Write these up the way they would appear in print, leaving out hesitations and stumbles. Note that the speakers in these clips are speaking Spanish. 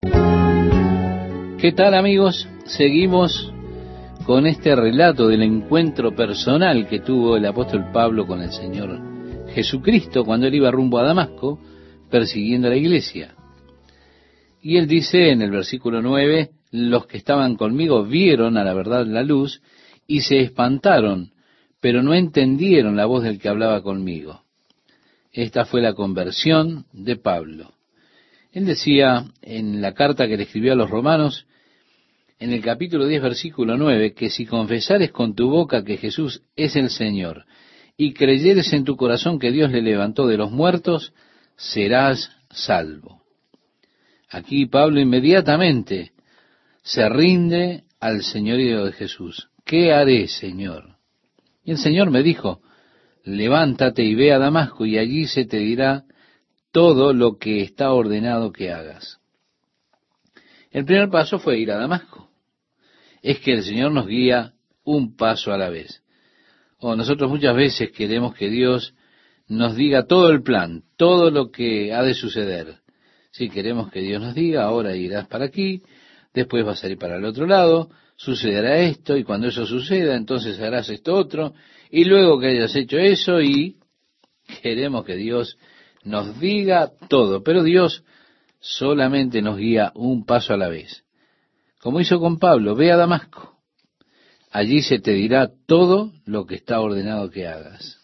¿Qué tal, amigos? Seguimos con este relato del encuentro personal que tuvo el apóstol Pablo con el Señor Jesucristo cuando él iba rumbo a Damasco persiguiendo a la iglesia. Y él dice en el versículo 9, los que estaban conmigo vieron a la verdad la luz y se espantaron, pero no entendieron la voz del que hablaba conmigo. Esta fue la conversión de Pablo. Él decía en la carta que le escribió a los romanos, en el capítulo 10, versículo 9, que si confesares con tu boca que Jesús es el Señor y creyeres en tu corazón que Dios le levantó de los muertos, serás salvo. Aquí Pablo inmediatamente se rinde al señorío de Jesús. ¿Qué haré, Señor? Y el Señor me dijo, levántate y ve a Damasco y allí se te dirá todo lo que está ordenado que hagas. El primer paso fue ir a Damasco. Es que el Señor nos guía un paso a la vez. Nosotros muchas veces queremos que Dios nos diga todo el plan, todo lo que ha de suceder. Si queremos que Dios nos diga, ahora irás para aquí, después vas a ir para el otro lado, sucederá esto, y cuando eso suceda, entonces harás esto otro, y luego que hayas hecho eso, y queremos que Dios nos diga todo. Pero Dios solamente nos guía un paso a la vez. Como hizo con Pablo, ve a Damasco. Allí se te dirá todo lo que está ordenado que hagas.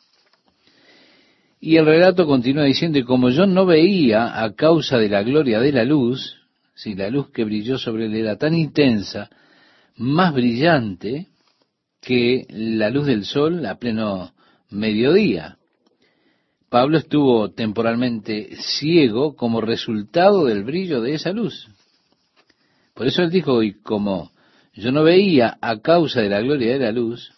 Y el relato continúa diciendo, y como yo no veía a causa de la gloria de la luz, si la luz que brilló sobre él era tan intensa, más brillante que la luz del sol a pleno mediodía. Pablo estuvo temporalmente ciego como resultado del brillo de esa luz. Por eso él dijo, y como yo no veía a causa de la gloria de la luz,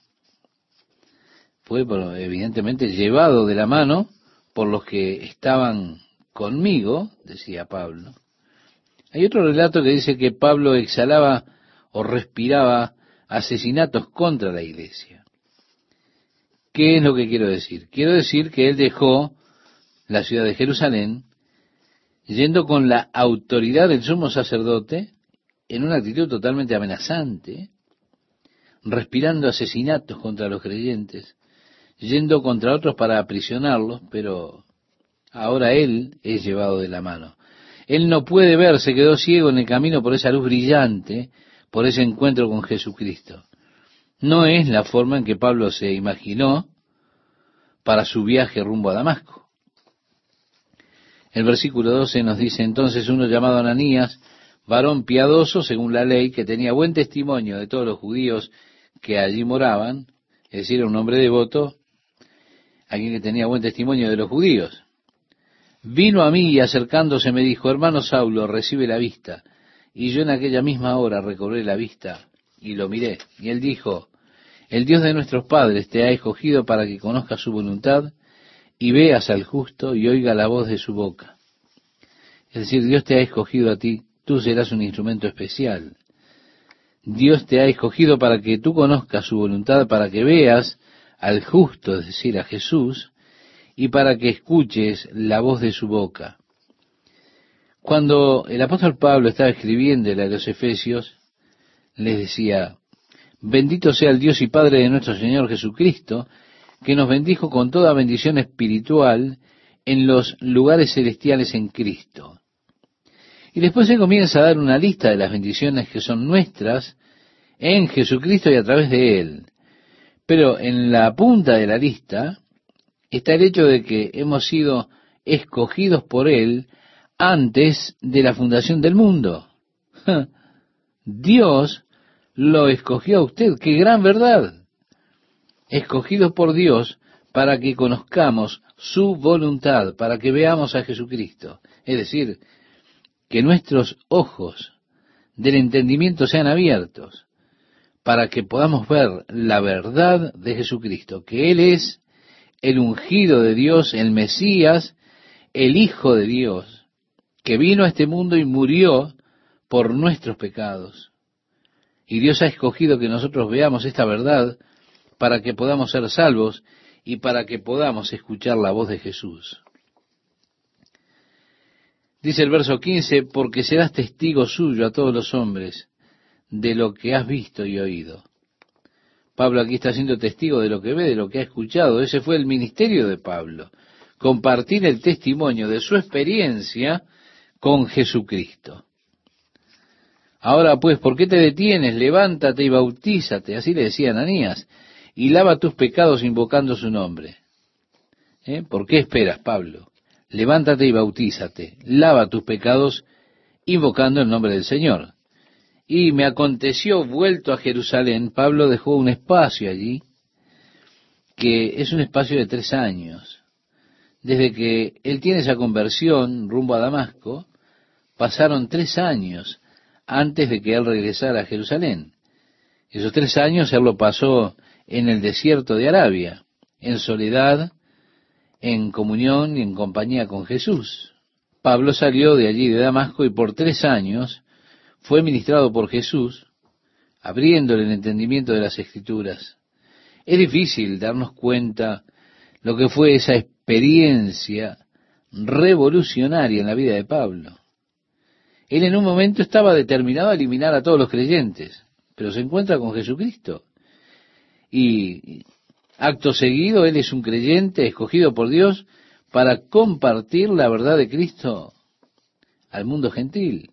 fue evidentemente llevado de la mano por los que estaban conmigo, decía Pablo. Hay otro relato que dice que Pablo exhalaba o respiraba asesinatos contra la iglesia. ¿Qué es lo que quiero decir? Quiero decir que él dejó la ciudad de Jerusalén yendo con la autoridad del sumo sacerdote en una actitud totalmente amenazante, respirando asesinatos contra los creyentes, yendo contra otros para aprisionarlos, pero ahora él es llevado de la mano. Él no puede ver, se quedó ciego en el camino por esa luz brillante, por ese encuentro con Jesucristo. No es la forma en que Pablo se imaginó para su viaje rumbo a Damasco. El versículo 12 nos dice, entonces uno llamado Ananías, varón piadoso según la ley, que tenía buen testimonio de todos los judíos que allí moraban, es decir, era un hombre devoto, alguien que tenía buen testimonio de los judíos, vino a mí y acercándose me dijo, hermano Saulo, recibe la vista. Y yo en aquella misma hora recobré la vista y lo miré. Y él dijo, el Dios de nuestros padres te ha escogido para que conozcas su voluntad y veas al justo y oiga la voz de su boca. Es decir, Dios te ha escogido a ti, tú serás un instrumento especial. Dios te ha escogido para que tú conozcas su voluntad, para que veas al justo, es decir, a Jesús, y para que escuches la voz de su boca. Cuando el apóstol Pablo estaba escribiéndole a los Efesios, les decía, bendito sea el Dios y Padre de nuestro Señor Jesucristo, que nos bendijo con toda bendición espiritual en los lugares celestiales en Cristo. Y después se comienza a dar una lista de las bendiciones que son nuestras en Jesucristo y a través de Él. Pero en la punta de la lista está el hecho de que hemos sido escogidos por Él antes de la fundación del mundo. Dios lo escogió a usted. ¡Qué gran verdad! Escogidos por Dios para que conozcamos su voluntad, para que veamos a Jesucristo. Es decir, que nuestros ojos del entendimiento sean abiertos, para que podamos ver la verdad de Jesucristo, que Él es el ungido de Dios, el Mesías, el Hijo de Dios, que vino a este mundo y murió por nuestros pecados. Y Dios ha escogido que nosotros veamos esta verdad para que podamos ser salvos y para que podamos escuchar la voz de Jesús. Dice el verso 15, porque serás testigo suyo a todos los hombres de lo que has visto y oído. Pablo aquí está siendo testigo de lo que ve, de lo que ha escuchado. Ese fue el ministerio de Pablo, compartir el testimonio de su experiencia con Jesucristo. Ahora pues, ¿por qué te detienes? Levántate y bautízate, así le decía Ananías, y lava tus pecados invocando su nombre. ¿Por qué esperas, Pablo? Levántate y bautízate, lava tus pecados invocando el nombre del Señor. Y me aconteció, vuelto a Jerusalén, Pablo dejó un espacio allí, que es un espacio de 3 años. Desde que él tiene esa conversión rumbo a Damasco, pasaron 3 años antes de que él regresara a Jerusalén. Esos 3 años él lo pasó en el desierto de Arabia, en soledad, en comunión y en compañía con Jesús. Pablo salió de allí de Damasco y por 3 años fue ministrado por Jesús, abriéndole el entendimiento de las Escrituras. Es difícil darnos cuenta lo que fue esa experiencia revolucionaria en la vida de Pablo. Él en un momento estaba determinado a eliminar a todos los creyentes, pero se encuentra con Jesucristo. Y acto seguido, él es un creyente escogido por Dios para compartir la verdad de Cristo al mundo gentil.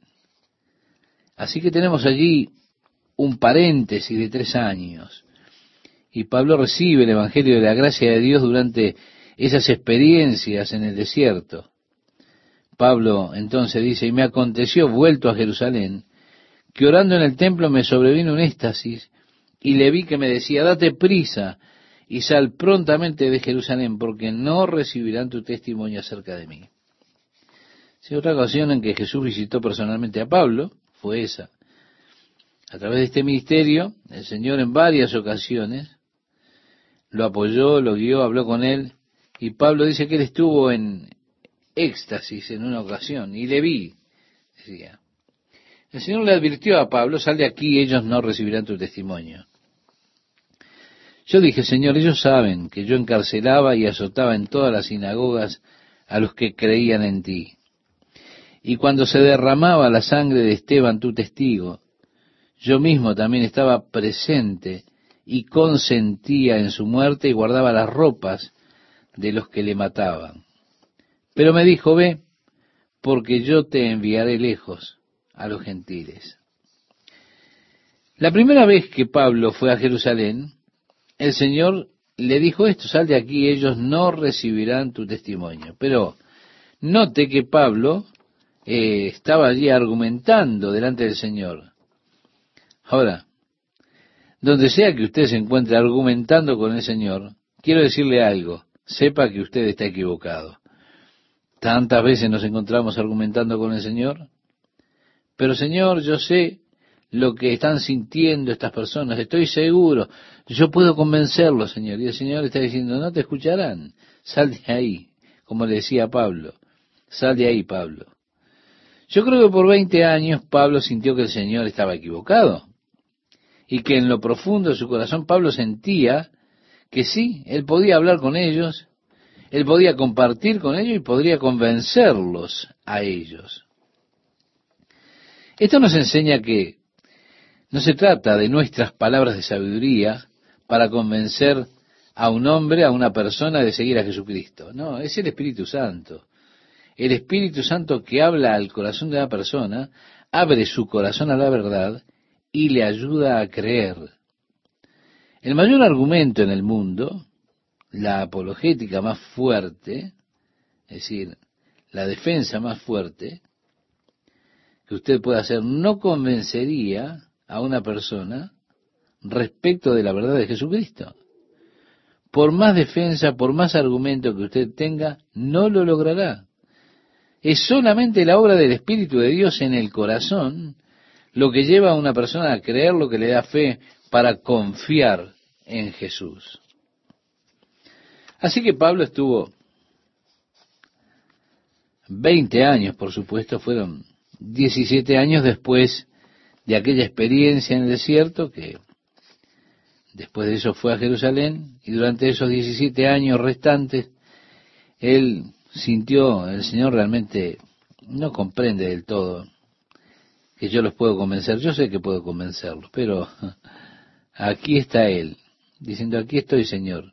Así que tenemos allí un paréntesis de 3 años. Y Pablo recibe el Evangelio de la gracia de Dios durante esas experiencias en el desierto. Pablo entonces dice, y me aconteció, vuelto a Jerusalén, que orando en el templo me sobrevino un éxtasis, y le vi que me decía, date prisa y sal prontamente de Jerusalén, porque no recibirán tu testimonio acerca de mí. Si otra ocasión en que Jesús visitó personalmente a Pablo, fue esa. A través de este ministerio, el Señor en varias ocasiones lo apoyó, lo guió, habló con él, y Pablo dice que él estuvo en éxtasis en una ocasión, y le vi, decía. El Señor le advirtió a Pablo, sal de aquí, ellos no recibirán tu testimonio. Yo dije, Señor, ellos saben que yo encarcelaba y azotaba en todas las sinagogas a los que creían en ti. Y cuando se derramaba la sangre de Esteban, tu testigo, yo mismo también estaba presente y consentía en su muerte y guardaba las ropas de los que le mataban. Pero me dijo, ve, porque yo te enviaré lejos a los gentiles. La primera vez que Pablo fue a Jerusalén, el Señor le dijo esto, sal de aquí, ellos no recibirán tu testimonio. Pero note que Pablo estaba allí argumentando delante del Señor. Ahora, donde sea que usted se encuentre argumentando con el Señor, quiero decirle algo, sepa que usted está equivocado. Tantas veces nos encontramos argumentando con el Señor, pero Señor, yo sé lo que están sintiendo estas personas, estoy seguro, yo puedo convencerlos, Señor. Y el Señor está diciendo, no te escucharán, sal de ahí, como le decía a Pablo, sal de ahí, Pablo. Yo creo que por 20 años Pablo sintió que el Señor estaba equivocado, y que en lo profundo de su corazón Pablo sentía que sí, él podía hablar con ellos, él podía compartir con ellos y podría convencerlos a ellos. Esto nos enseña que no se trata de nuestras palabras de sabiduría para convencer a un hombre, a una persona de seguir a Jesucristo. No, es el Espíritu Santo. El Espíritu Santo que habla al corazón de la persona, abre su corazón a la verdad y le ayuda a creer. El mayor argumento en el mundo, la apologética más fuerte, es decir, la defensa más fuerte que usted puede hacer, no convencería a una persona respecto de la verdad de Jesucristo. Por más defensa, por más argumento que usted tenga, no lo logrará. Es solamente la obra del Espíritu de Dios en el corazón lo que lleva a una persona a creer, lo que le da fe para confiar en Jesús. Así que Pablo estuvo 20 años, por supuesto, fueron 17 años después de aquella experiencia en el desierto, que después de eso fue a Jerusalén, y durante esos 17 años restantes, él sintió el Señor realmente no comprende del todo que yo los puedo convencer. Yo sé que puedo convencerlos, pero aquí está Él, diciendo, aquí estoy, Señor.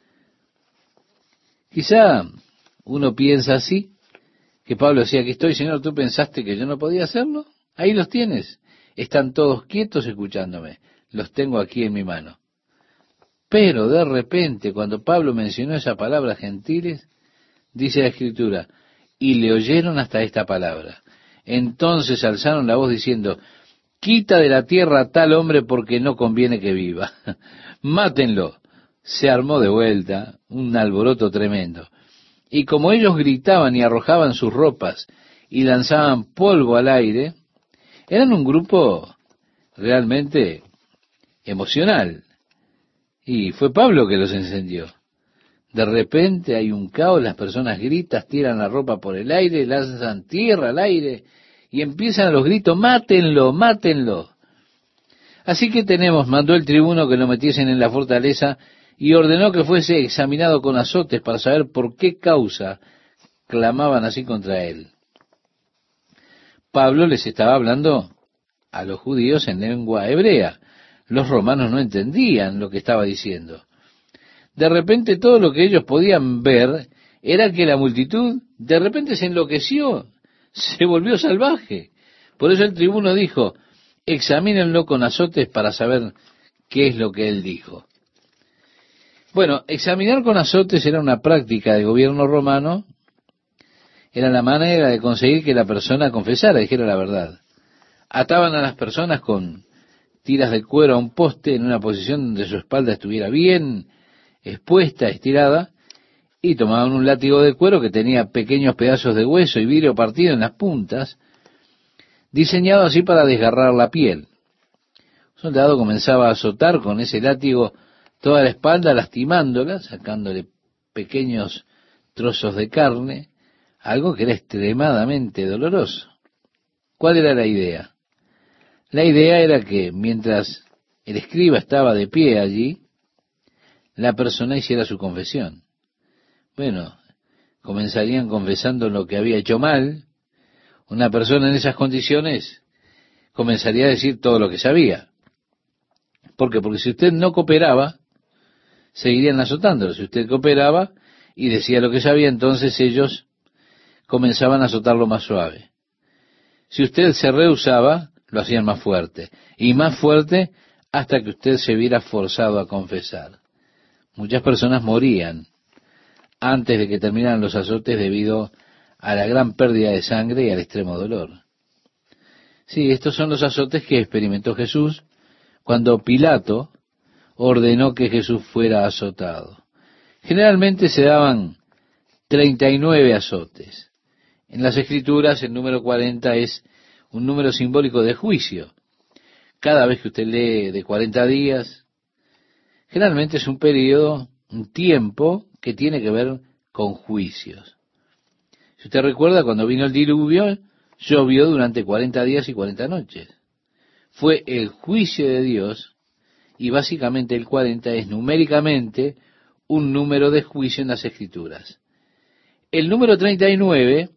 Quizá uno piensa así, que Pablo decía, aquí estoy, Señor, ¿tú pensaste que yo no podía hacerlo? Ahí los tienes. Están todos quietos escuchándome. Los tengo aquí en mi mano. Pero de repente, cuando Pablo mencionó esa palabra gentiles, dice la Escritura, y le oyeron hasta esta palabra. Entonces alzaron la voz diciendo, quita de la tierra a tal hombre porque no conviene que viva. Mátenlo. Se armó de vuelta un alboroto tremendo. Y como ellos gritaban y arrojaban sus ropas y lanzaban polvo al aire, eran un grupo realmente emocional. Y fue Pablo que los encendió. De repente hay un caos, las personas gritan, tiran la ropa por el aire, lanzan tierra al aire y empiezan los gritos, mátenlo, mátenlo. Así que mandó el tribuno que lo metiesen en la fortaleza y ordenó que fuese examinado con azotes para saber por qué causa clamaban así contra él. Pablo les estaba hablando a los judíos en lengua hebrea. Los romanos no entendían lo que estaba diciendo. De repente todo lo que ellos podían ver era que la multitud de repente se enloqueció, se volvió salvaje. Por eso el tribuno dijo, examínenlo con azotes para saber qué es lo que él dijo. Bueno, examinar con azotes era una práctica del gobierno romano, era la manera de conseguir que la persona confesara, dijera la verdad. Ataban a las personas con tiras de cuero a un poste en una posición donde su espalda estuviera bien expuesta, estirada, y tomaban un látigo de cuero que tenía pequeños pedazos de hueso y vidrio partido en las puntas, diseñado así para desgarrar la piel. Un soldado comenzaba a azotar con ese látigo toda la espalda, lastimándola, sacándole pequeños trozos de carne, algo que era extremadamente doloroso. ¿Cuál era la idea? La idea era que mientras el escriba estaba de pie allí, la persona hiciera su confesión. Bueno, comenzarían confesando lo que había hecho mal. Una persona en esas condiciones comenzaría a decir todo lo que sabía. ¿Por qué? Porque si usted no cooperaba, seguirían azotándolo. Si usted cooperaba y decía lo que sabía, entonces ellos comenzaban a azotarlo más suave. Si usted se rehusaba, lo hacían más fuerte. Y más fuerte hasta que usted se viera forzado a confesar. Muchas personas morían antes de que terminaran los azotes debido a la gran pérdida de sangre y al extremo dolor. Sí, estos son los azotes que experimentó Jesús cuando Pilato ordenó que Jesús fuera azotado. Generalmente se daban 39 azotes. En las Escrituras el número 40 es un número simbólico de juicio. Cada vez que usted lee de 40 días, generalmente es un periodo, un tiempo que tiene que ver con juicios. Si usted recuerda, cuando vino el diluvio, llovió durante 40 días y 40 noches. Fue el juicio de Dios, y básicamente el 40 es numéricamente un número de juicio en las Escrituras. El número 39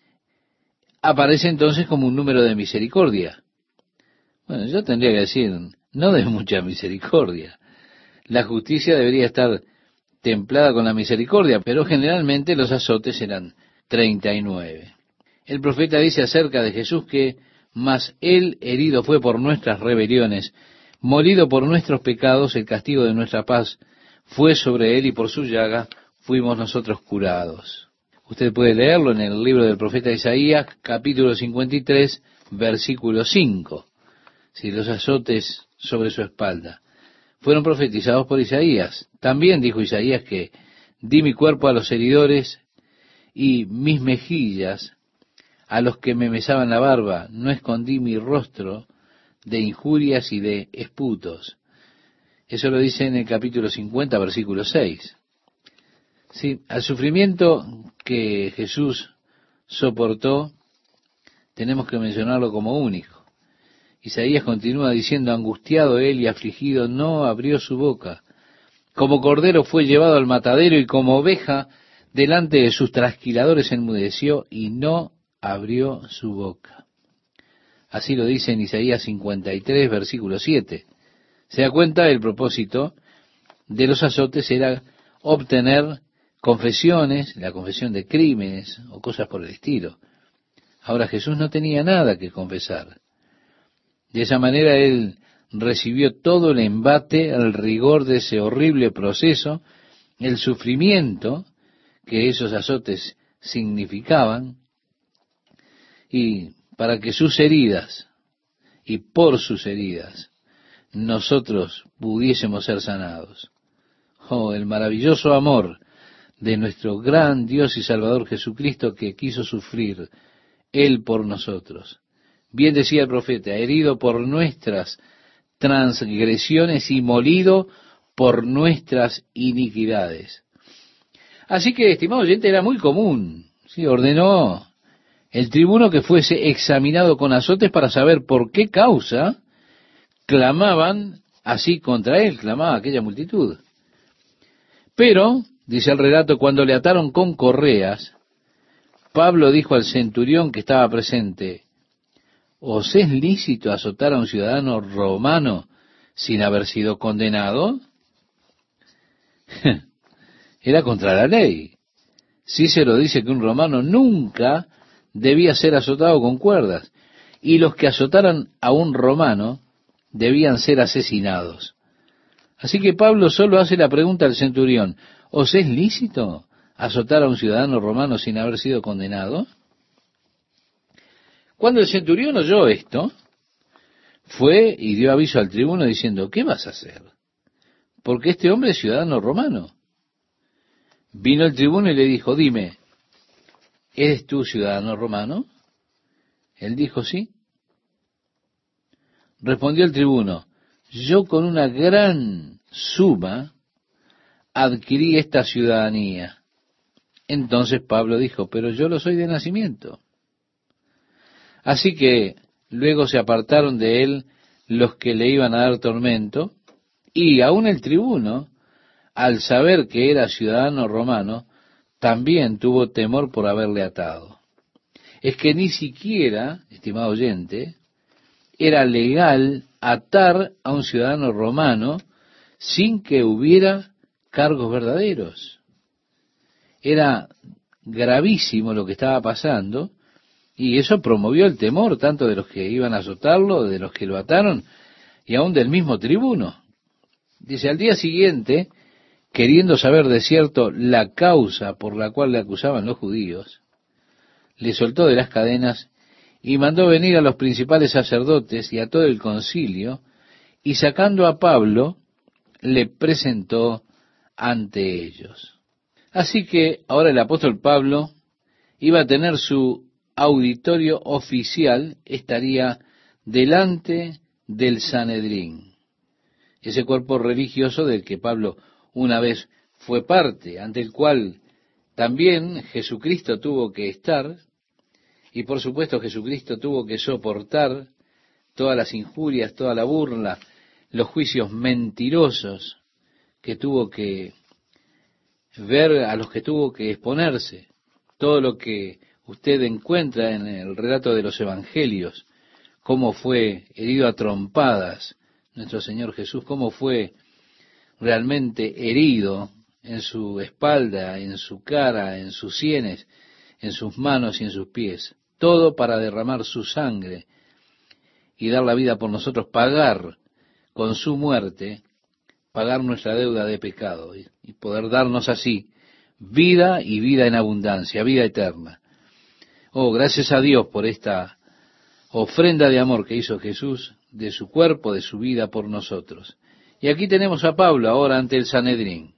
aparece entonces como un número de misericordia. Bueno, yo tendría que decir, no de mucha misericordia. La justicia debería estar templada con la misericordia, pero generalmente los azotes eran 39. El profeta dice acerca de Jesús que, mas él herido fue por nuestras rebeliones, molido por nuestros pecados, el castigo de nuestra paz fue sobre él y por su llaga fuimos nosotros curados. Usted puede leerlo en el libro del profeta Isaías, capítulo 53, versículo 5. Si los azotes sobre su espalda fueron profetizados por Isaías. También dijo Isaías que di mi cuerpo a los heridores y mis mejillas a los que me mesaban la barba. No escondí mi rostro de injurias y de esputos. Eso lo dice en el capítulo 50, versículo 6. Sí, al sufrimiento que Jesús soportó, tenemos que mencionarlo como único. Isaías continúa diciendo, angustiado él y afligido, no abrió su boca. Como cordero fue llevado al matadero y como oveja delante de sus trasquiladores enmudeció y no abrió su boca. Así lo dice en Isaías 53, versículo 7. Se da cuenta, el propósito de los azotes era obtener confesiones, la confesión de crímenes o cosas por el estilo. Ahora Jesús no tenía nada que confesar. De esa manera él recibió todo el embate, el rigor de ese horrible proceso, el sufrimiento que esos azotes significaban, y para que sus heridas y por sus heridas nosotros pudiésemos ser sanados. Oh, el maravilloso amor de nuestro gran Dios y Salvador Jesucristo, que quiso sufrir Él por nosotros. Bien decía el profeta, herido por nuestras transgresiones y molido por nuestras iniquidades. Así que, estimado oyente, era muy común. Sí, ordenó el tribuno que fuese examinado con azotes para saber por qué causa clamaban así contra él, clamaba aquella multitud. Pero, dice el relato, cuando le ataron con correas, Pablo dijo al centurión que estaba presente: ¿os es lícito azotar a un ciudadano romano sin haber sido condenado? Era contra la ley. Cícero dice que un romano nunca debía ser azotado con cuerdas, y los que azotaran a un romano debían ser asesinados. Así que Pablo solo hace la pregunta al centurión: ¿os es lícito azotar a un ciudadano romano sin haber sido condenado? Cuando el centurión oyó esto, fue y dio aviso al tribuno diciendo: ¿qué vas a hacer? Porque este hombre es ciudadano romano. Vino el tribuno y le dijo: dime, ¿eres tú ciudadano romano? Él dijo: sí. Respondió el tribuno: yo con una gran suma adquirí esta ciudadanía. Entonces Pablo dijo: pero yo lo soy de nacimiento. Así que luego se apartaron de él los que le iban a dar tormento, y aun el tribuno, al saber que era ciudadano romano, también tuvo temor por haberle atado. Es que ni siquiera, estimado oyente, era legal atar a un ciudadano romano sin que hubiera cargos verdaderos. Era gravísimo lo que estaba pasando, y eso promovió el temor tanto de los que iban a azotarlo, de los que lo ataron, y aún del mismo tribuno. Dice: al día siguiente, queriendo saber de cierto la causa por la cual le acusaban los judíos, le soltó de las cadenas y mandó venir a los principales sacerdotes y a todo el concilio, y sacando a Pablo, le presentó ante ellos. Así que ahora el apóstol Pablo iba a tener su auditorio oficial, estaría delante del Sanedrín, ese cuerpo religioso del que Pablo una vez fue parte, ante el cual también Jesucristo tuvo que estar, y por supuesto Jesucristo tuvo que soportar todas las injurias, toda la burla, los juicios mentirosos que tuvo que ver, a los que tuvo que exponerse, todo lo que usted encuentra en el relato de los evangelios, cómo fue herido a trompadas nuestro Señor Jesús, cómo fue realmente herido en su espalda, en su cara, en sus sienes, en sus manos y en sus pies, todo para derramar su sangre y dar la vida por nosotros, pagar con su muerte, pagar nuestra deuda de pecado y poder darnos así vida y vida en abundancia, vida eterna. Oh, gracias a Dios por esta ofrenda de amor que hizo Jesús, de su cuerpo, de su vida por nosotros. Y aquí tenemos a Pablo ahora ante el Sanedrín.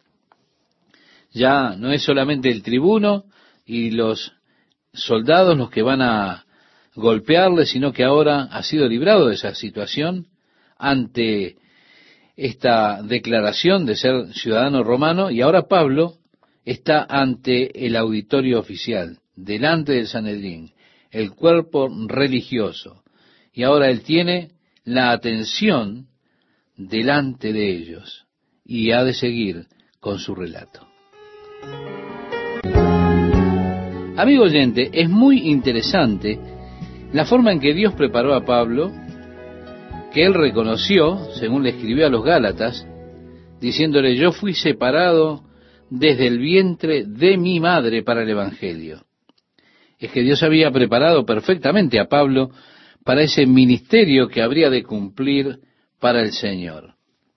Ya no es solamente el tribuno y los soldados los que van a golpearle, sino que ahora ha sido librado de esa situación ante esta declaración de ser ciudadano romano, y ahora Pablo está ante el auditorio oficial, delante del Sanedrín, el cuerpo religioso, y ahora él tiene la atención delante de ellos, y ha de seguir con su relato. Amigo oyente, es muy interesante la forma en que Dios preparó a Pablo, que él reconoció, según le escribió a los Gálatas, diciéndole: yo fui separado desde el vientre de mi madre para el Evangelio. Es que Dios había preparado perfectamente a Pablo para ese ministerio que habría de cumplir para el Señor.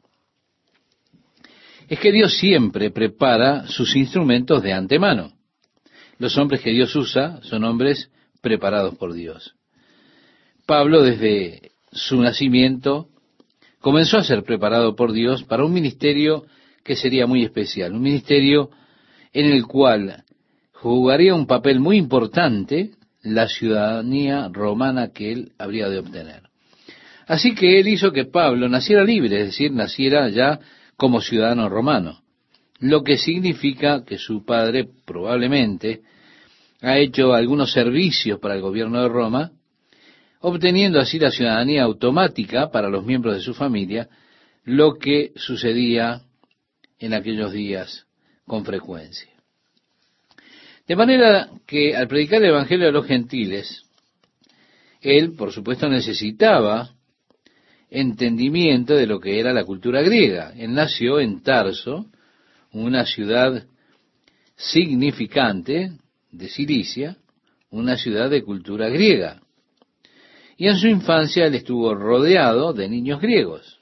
Es que Dios siempre prepara sus instrumentos de antemano. Los hombres que Dios usa son hombres preparados por Dios. Pablo, desde su nacimiento, comenzó a ser preparado por Dios para un ministerio que sería muy especial, un ministerio en el cual jugaría un papel muy importante la ciudadanía romana que él habría de obtener. Así que él hizo que Pablo naciera libre, es decir, naciera ya como ciudadano romano, lo que significa que su padre probablemente ha hecho algunos servicios para el gobierno de Roma, obteniendo así la ciudadanía automática para los miembros de su familia, lo que sucedía en aquellos días con frecuencia. De manera que al predicar el Evangelio a los gentiles, él, por supuesto, necesitaba entendimiento de lo que era la cultura griega. Él nació en Tarso, una ciudad significante de Cilicia, una ciudad de cultura griega. Y en su infancia él estuvo rodeado de niños griegos.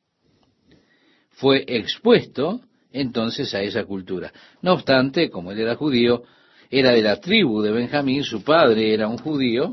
Fue expuesto entonces a esa cultura. No obstante, como él era judío, era de la tribu de Benjamín, su padre era un judío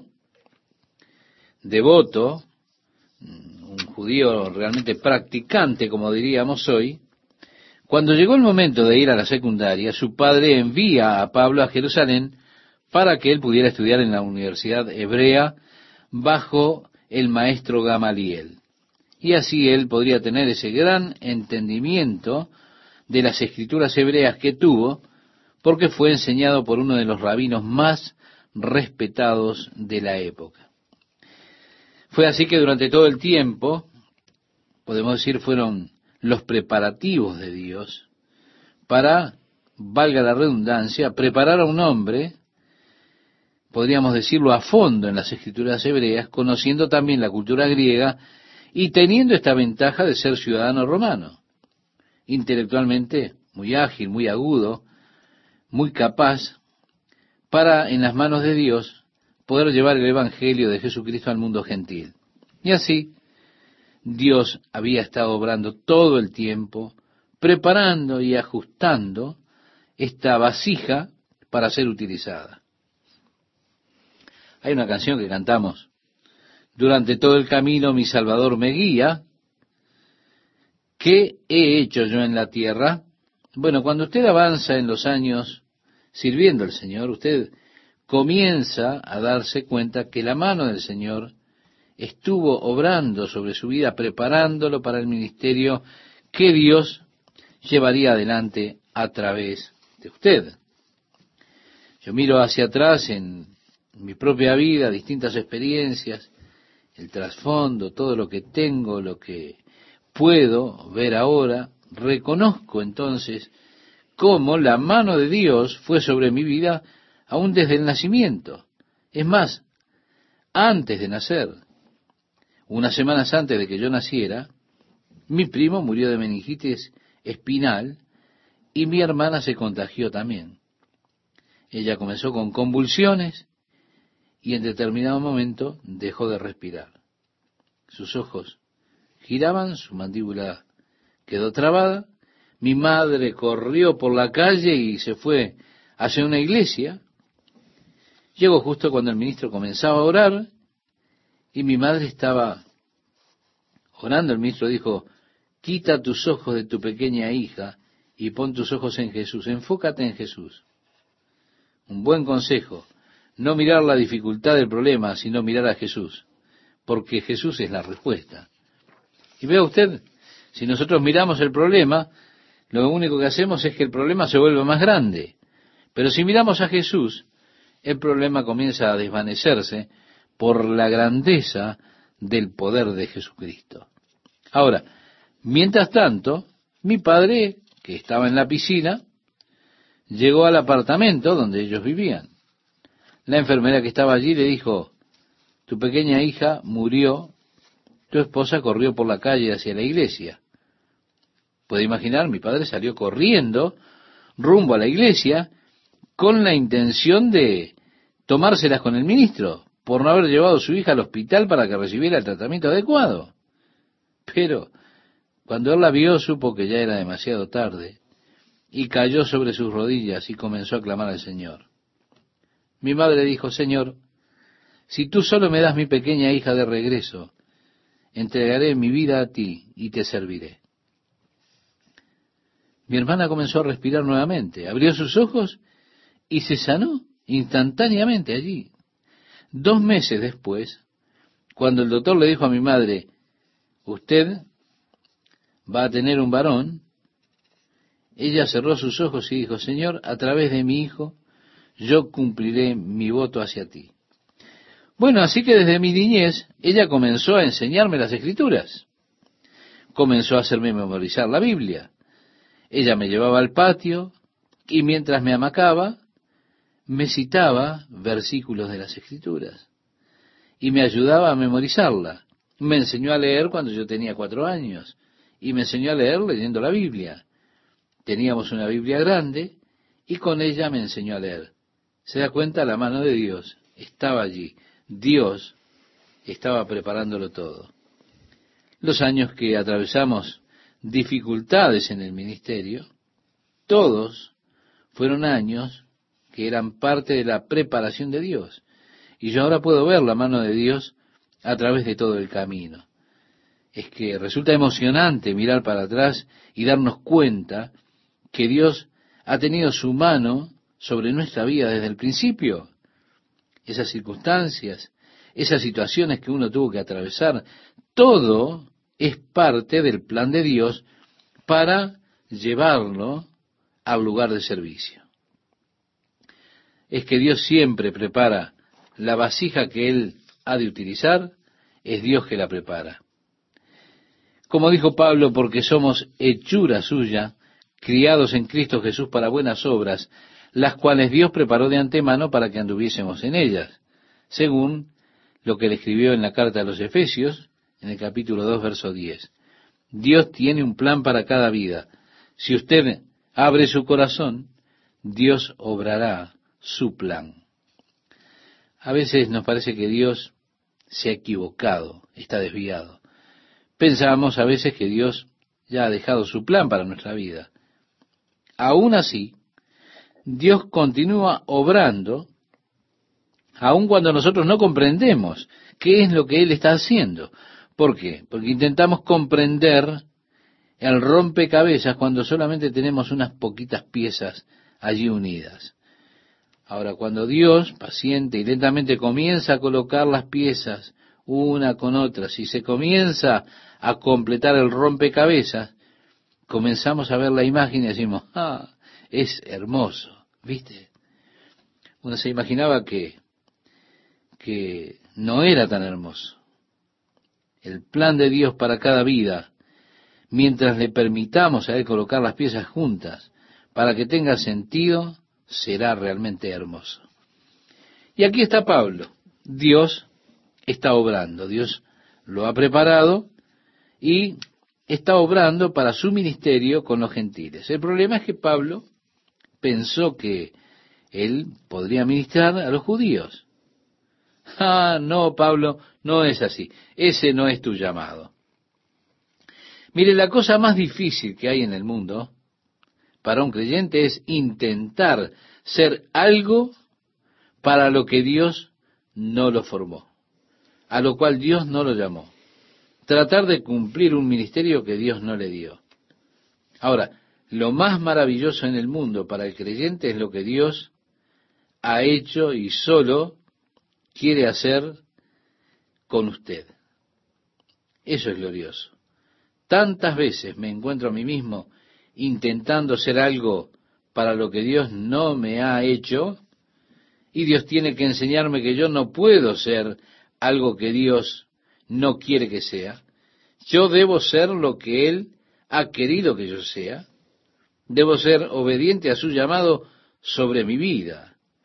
devoto, un judío realmente practicante, como diríamos hoy. Cuando llegó el momento de ir a la secundaria, su padre envía a Pablo a Jerusalén para que él pudiera estudiar en la Universidad Hebrea bajo el maestro Gamaliel. Y así él podría tener ese gran entendimiento de las escrituras hebreas que tuvo, porque fue enseñado por uno de los rabinos más respetados de la época. Fue así que durante todo el tiempo, podemos decir, fueron los preparativos de Dios para, valga la redundancia, preparar a un hombre, podríamos decirlo, a fondo en las escrituras hebreas, conociendo también la cultura griega y teniendo esta ventaja de ser ciudadano romano, intelectualmente muy ágil, muy agudo, muy capaz para, en las manos de Dios, poder llevar el Evangelio de Jesucristo al mundo gentil. Y así, Dios había estado obrando todo el tiempo, preparando y ajustando esta vasija para ser utilizada. Hay una canción que cantamos: durante todo el camino mi Salvador me guía. ¿Qué he hecho yo en la tierra? Bueno, cuando usted avanza en los años sirviendo al Señor, usted comienza a darse cuenta que la mano del Señor estuvo obrando sobre su vida, preparándolo para el ministerio que Dios llevaría adelante a través de usted. Yo miro hacia atrás en mi propia vida, distintas experiencias, el trasfondo, todo lo que tengo, lo que puedo ver ahora, reconozco entonces cómo la mano de Dios fue sobre mi vida aún desde el nacimiento. Es más, antes de nacer, unas semanas antes de que yo naciera, mi primo murió de meningitis espinal y mi hermana se contagió también. Ella comenzó con convulsiones y en determinado momento dejó de respirar. Sus ojos giraban, su mandíbula quedó trabada. Mi madre corrió por la calle y se fue hacia una iglesia. Llegó justo cuando el ministro comenzaba a orar y mi madre estaba orando. El ministro dijo: quita tus ojos de tu pequeña hija y pon tus ojos en Jesús, enfócate en Jesús. Un buen consejo: no mirar la dificultad del problema, sino mirar a Jesús, porque Jesús es la respuesta. Y vea usted, si nosotros miramos el problema, lo único que hacemos es que el problema se vuelve más grande. Pero si miramos a Jesús, el problema comienza a desvanecerse por la grandeza del poder de Jesucristo. Ahora, mientras tanto, mi padre, que estaba en la piscina, llegó al apartamento donde ellos vivían. La enfermera que estaba allí le dijo, tu pequeña hija murió, tu esposa corrió por la calle hacia la iglesia. Puede imaginar, mi padre salió corriendo rumbo a la iglesia con la intención de tomárselas con el ministro por no haber llevado a su hija al hospital para que recibiera el tratamiento adecuado. Pero cuando él la vio, supo que ya era demasiado tarde y cayó sobre sus rodillas y comenzó a clamar al Señor. Mi madre dijo, Señor, si tú solo me das mi pequeña hija de regreso, entregaré mi vida a ti y te serviré. Mi hermana comenzó a respirar nuevamente, abrió sus ojos y se sanó instantáneamente allí. 2 meses después, cuando el doctor le dijo a mi madre, usted va a tener un varón, ella cerró sus ojos y dijo, Señor, a través de mi hijo, yo cumpliré mi voto hacia ti. Bueno, así que desde mi niñez, ella comenzó a enseñarme las Escrituras. Comenzó a hacerme memorizar la Biblia. Ella me llevaba al patio y mientras me amacaba, me citaba versículos de las Escrituras y me ayudaba a memorizarla. Me enseñó a leer cuando yo tenía 4 años y me enseñó a leer leyendo la Biblia. Teníamos una Biblia grande y con ella me enseñó a leer. ¿Se da cuenta? La mano de Dios estaba allí. Dios estaba preparándolo todo. Los años que atravesamos dificultades en el ministerio, todos fueron años que eran parte de la preparación de Dios. Y yo ahora puedo ver la mano de Dios a través de todo el camino. Es que resulta emocionante mirar para atrás y darnos cuenta que Dios ha tenido su mano sobre nuestra vida desde el principio. Esas circunstancias, esas situaciones que uno tuvo que atravesar, todo es parte del plan de Dios para llevarlo al lugar de servicio. Es que Dios siempre prepara la vasija que Él ha de utilizar, es Dios que la prepara. Como dijo Pablo, porque somos hechura suya, criados en Cristo Jesús para buenas obras, las cuales Dios preparó de antemano para que anduviésemos en ellas, según lo que le escribió en la carta a los Efesios, en el capítulo 2, verso 10. Dios tiene un plan para cada vida. Si usted abre su corazón, Dios obrará su plan. A veces nos parece que Dios se ha equivocado, está desviado. Pensamos a veces que Dios ya ha dejado su plan para nuestra vida. Aún así, Dios continúa obrando, aun cuando nosotros no comprendemos qué es lo que Él está haciendo. ¿Por qué? Porque intentamos comprender el rompecabezas cuando solamente tenemos unas poquitas piezas allí unidas. Ahora, cuando Dios, paciente y lentamente, comienza a colocar las piezas una con otra, si se comienza a completar el rompecabezas, comenzamos a ver la imagen y decimos, es hermoso, ¿viste? Uno se imaginaba que no era tan hermoso. El plan de Dios para cada vida, mientras le permitamos a Él colocar las piezas juntas para que tenga sentido, será realmente hermoso. Y aquí está Pablo. Dios está obrando, Dios lo ha preparado y está obrando para su ministerio con los gentiles. El problema es que Pablo pensó que él podría ministrar a los judíos. No, Pablo, no es así. Ese no es tu llamado. Mire, la cosa más difícil que hay en el mundo para un creyente es intentar ser algo para lo que Dios no lo formó, a lo cual Dios no lo llamó. Tratar de cumplir un ministerio que Dios no le dio. Ahora, lo más maravilloso en el mundo para el creyente es lo que Dios ha hecho y solo quiere hacer con usted. Eso es glorioso. Tantas veces me encuentro a mí mismo intentando ser algo para lo que Dios no me ha hecho, y Dios tiene que enseñarme que yo no puedo ser algo que Dios no quiere que sea. Yo debo ser lo que Él ha querido que yo sea. Debo ser obediente a su llamado sobre mi vida.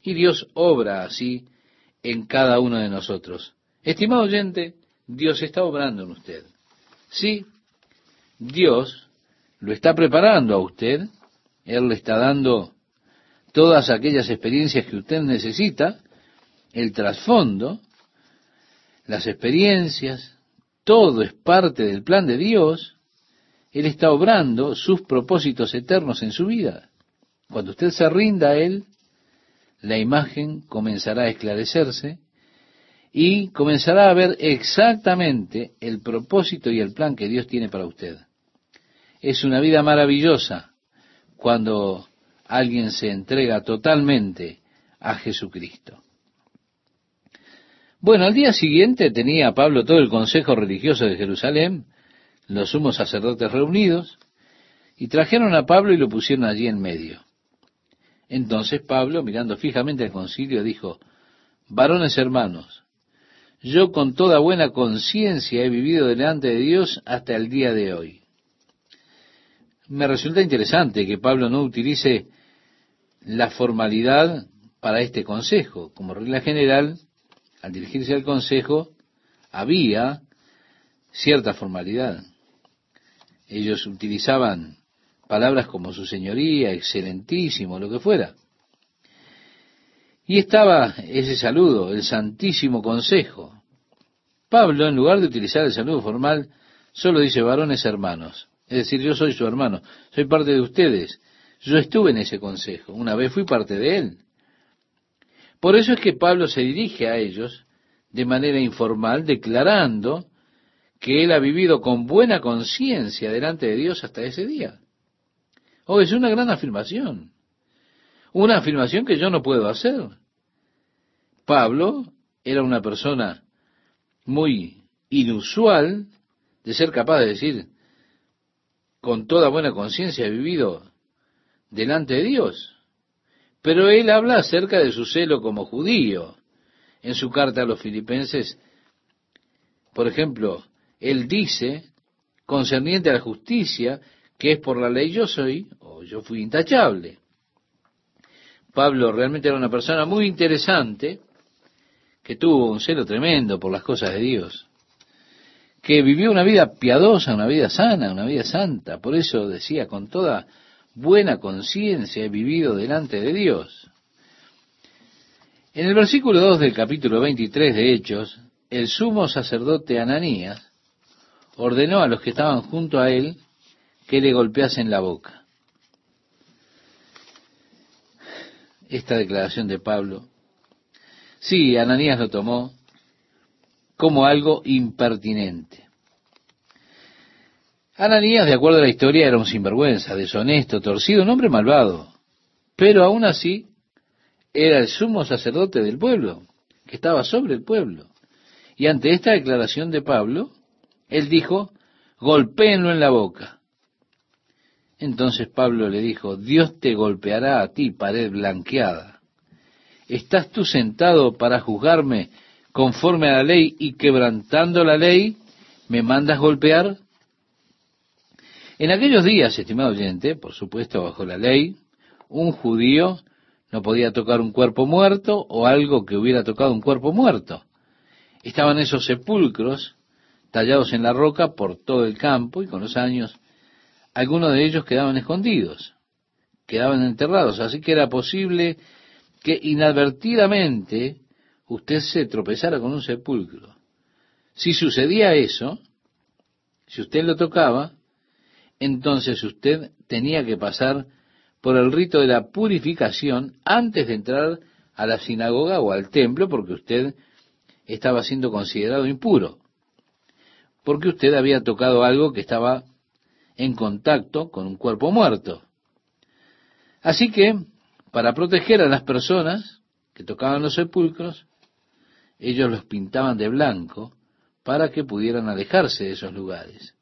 Y Dios obra así en cada uno de nosotros. Estimado oyente, Dios está obrando en usted. Sí, Dios lo está preparando a usted. Él le está dando todas aquellas experiencias que usted necesita, el trasfondo, las experiencias, todo es parte del plan de Dios. Él está obrando sus propósitos eternos en su vida. Cuando usted se rinda a Él, la imagen comenzará a esclarecerse y comenzará a ver exactamente el propósito y el plan que Dios tiene para usted. Es una vida maravillosa cuando alguien se entrega totalmente a Jesucristo. Bueno, al día siguiente tenía Pablo todo el consejo religioso de Jerusalén, los sumos sacerdotes reunidos, y trajeron a Pablo y lo pusieron allí en medio. Entonces Pablo, mirando fijamente al concilio, dijo: varones hermanos, yo con toda buena conciencia he vivido delante de Dios hasta el día de hoy. Me resulta interesante que Pablo no utilice la formalidad para este consejo. Como regla general, al dirigirse al consejo, había cierta formalidad. Ellos utilizaban palabras como su señoría, excelentísimo, lo que fuera. Y estaba ese saludo, el santísimo consejo. Pablo, en lugar de utilizar el saludo formal, solo dice varones hermanos. Es decir, yo soy su hermano, soy parte de ustedes. Yo estuve en ese consejo, una vez fui parte de él. Por eso es que Pablo se dirige a ellos de manera informal, declarando que él ha vivido con buena conciencia delante de Dios hasta ese día. Oh, es una gran afirmación. Una afirmación que yo no puedo hacer. Pablo era una persona muy inusual de ser capaz de decir, con toda buena conciencia he vivido delante de Dios. Pero él habla acerca de su celo como judío. En su carta a los filipenses, por ejemplo, él dice, concerniente a la justicia, que es por la ley yo soy, o yo fui intachable. Pablo realmente era una persona muy interesante, que tuvo un celo tremendo por las cosas de Dios, que vivió una vida piadosa, una vida sana, una vida santa. Por eso decía, con toda buena conciencia he vivido delante de Dios. En el versículo 2 del capítulo 23 de Hechos, el sumo sacerdote Ananías ordenó a los que estaban junto a él que le golpeasen la boca. Esta declaración de Pablo, sí, Ananías lo tomó como algo impertinente. Ananías, de acuerdo a la historia, era un sinvergüenza, deshonesto, torcido, un hombre malvado, pero aún así era el sumo sacerdote del pueblo, que estaba sobre el pueblo. Y ante esta declaración de Pablo, él dijo, golpéenlo en la boca. Entonces Pablo le dijo, Dios te golpeará a ti, pared blanqueada. ¿Estás tú sentado para juzgarme conforme a la ley y quebrantando la ley, me mandas golpear? En aquellos días, estimado oyente, por supuesto bajo la ley, un judío no podía tocar un cuerpo muerto o algo que hubiera tocado un cuerpo muerto. Estaban esos sepulcros tallados en la roca por todo el campo y con los años algunos de ellos quedaban escondidos, quedaban enterrados, así que era posible que inadvertidamente usted se tropezara con un sepulcro. Si sucedía eso, si usted lo tocaba, entonces usted tenía que pasar por el rito de la purificación antes de entrar a la sinagoga o al templo, porque usted estaba siendo considerado impuro, porque usted había tocado algo que estaba en contacto con un cuerpo muerto. Así que, para proteger a las personas que tocaban los sepulcros, ellos los pintaban de blanco para que pudieran alejarse de esos lugares.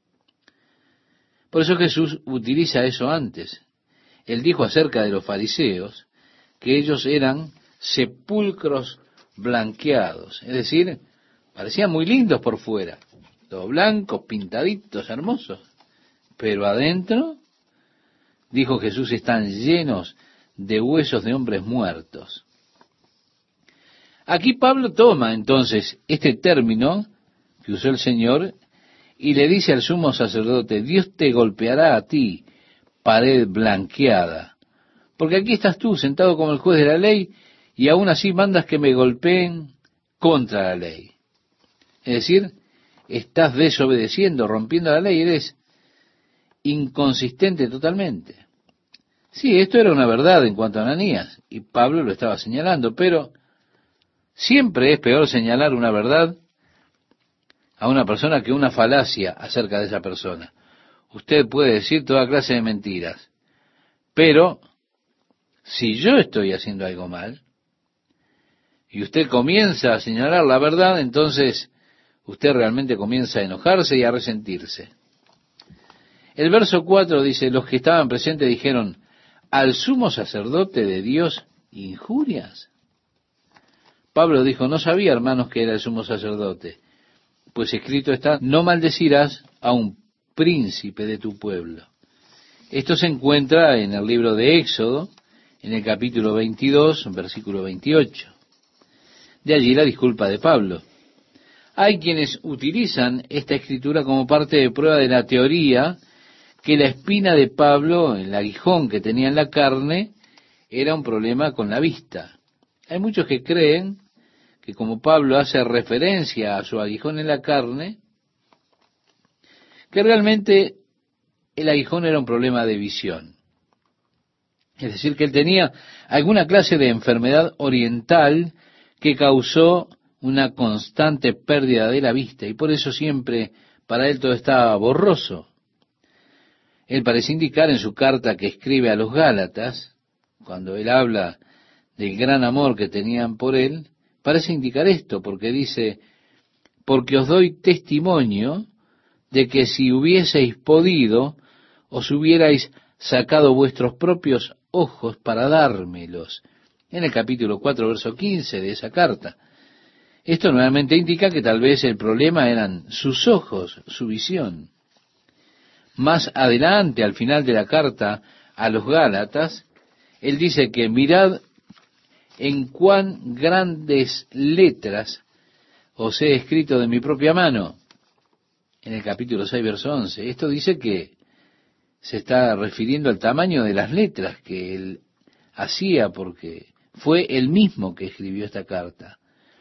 Por eso Jesús utiliza eso antes. Él dijo acerca de los fariseos que ellos eran sepulcros blanqueados, es decir, parecían muy lindos por fuera, todos blancos, pintaditos, hermosos, pero adentro, dijo Jesús, están llenos de huesos de hombres muertos. Aquí Pablo toma entonces este término que usó el Señor y le dice al sumo sacerdote, Dios te golpeará a ti, pared blanqueada. Porque aquí estás tú sentado como el juez de la ley y aún así mandas que me golpeen contra la ley. Es decir, estás desobedeciendo, rompiendo la ley, eres inconsistente totalmente. Sí, esto era una verdad en cuanto a Ananías, y Pablo lo estaba señalando, pero siempre es peor señalar una verdad a una persona que una falacia acerca de esa persona. Usted puede decir toda clase de mentiras, pero si yo estoy haciendo algo mal, y usted comienza a señalar la verdad, entonces usted realmente comienza a enojarse y a resentirse. El verso 4 dice, los que estaban presentes dijeron, ¿al sumo sacerdote de Dios injurias? Pablo dijo, no sabía, hermanos, que era el sumo sacerdote, pues escrito está, no maldecirás a un príncipe de tu pueblo. Esto se encuentra en el libro de Éxodo, en el capítulo 22, versículo 28. De allí la disculpa de Pablo. Hay quienes utilizan esta escritura como parte de prueba de la teoría que la espina de Pablo, el aguijón que tenía en la carne, era un problema con la vista. Hay muchos que creen que como Pablo hace referencia a su aguijón en la carne, que realmente el aguijón era un problema de visión. Es decir, que él tenía alguna clase de enfermedad oriental que causó una constante pérdida de la vista, y por eso siempre para él todo estaba borroso. Él parece indicar en su carta que escribe a los Gálatas, cuando él habla del gran amor que tenían por él, parece indicar esto, porque dice, porque os doy testimonio de que si hubieseis podido, os hubierais sacado vuestros propios ojos para dármelos. En el capítulo 4, verso 15 de esa carta. Esto nuevamente indica que tal vez el problema eran sus ojos, su visión. Más adelante, al final de la carta a los Gálatas, él dice que mirad en cuán grandes letras os he escrito de mi propia mano. En el capítulo 6, verso 11. Esto dice que se está refiriendo al tamaño de las letras que él hacía, porque fue él mismo que escribió esta carta.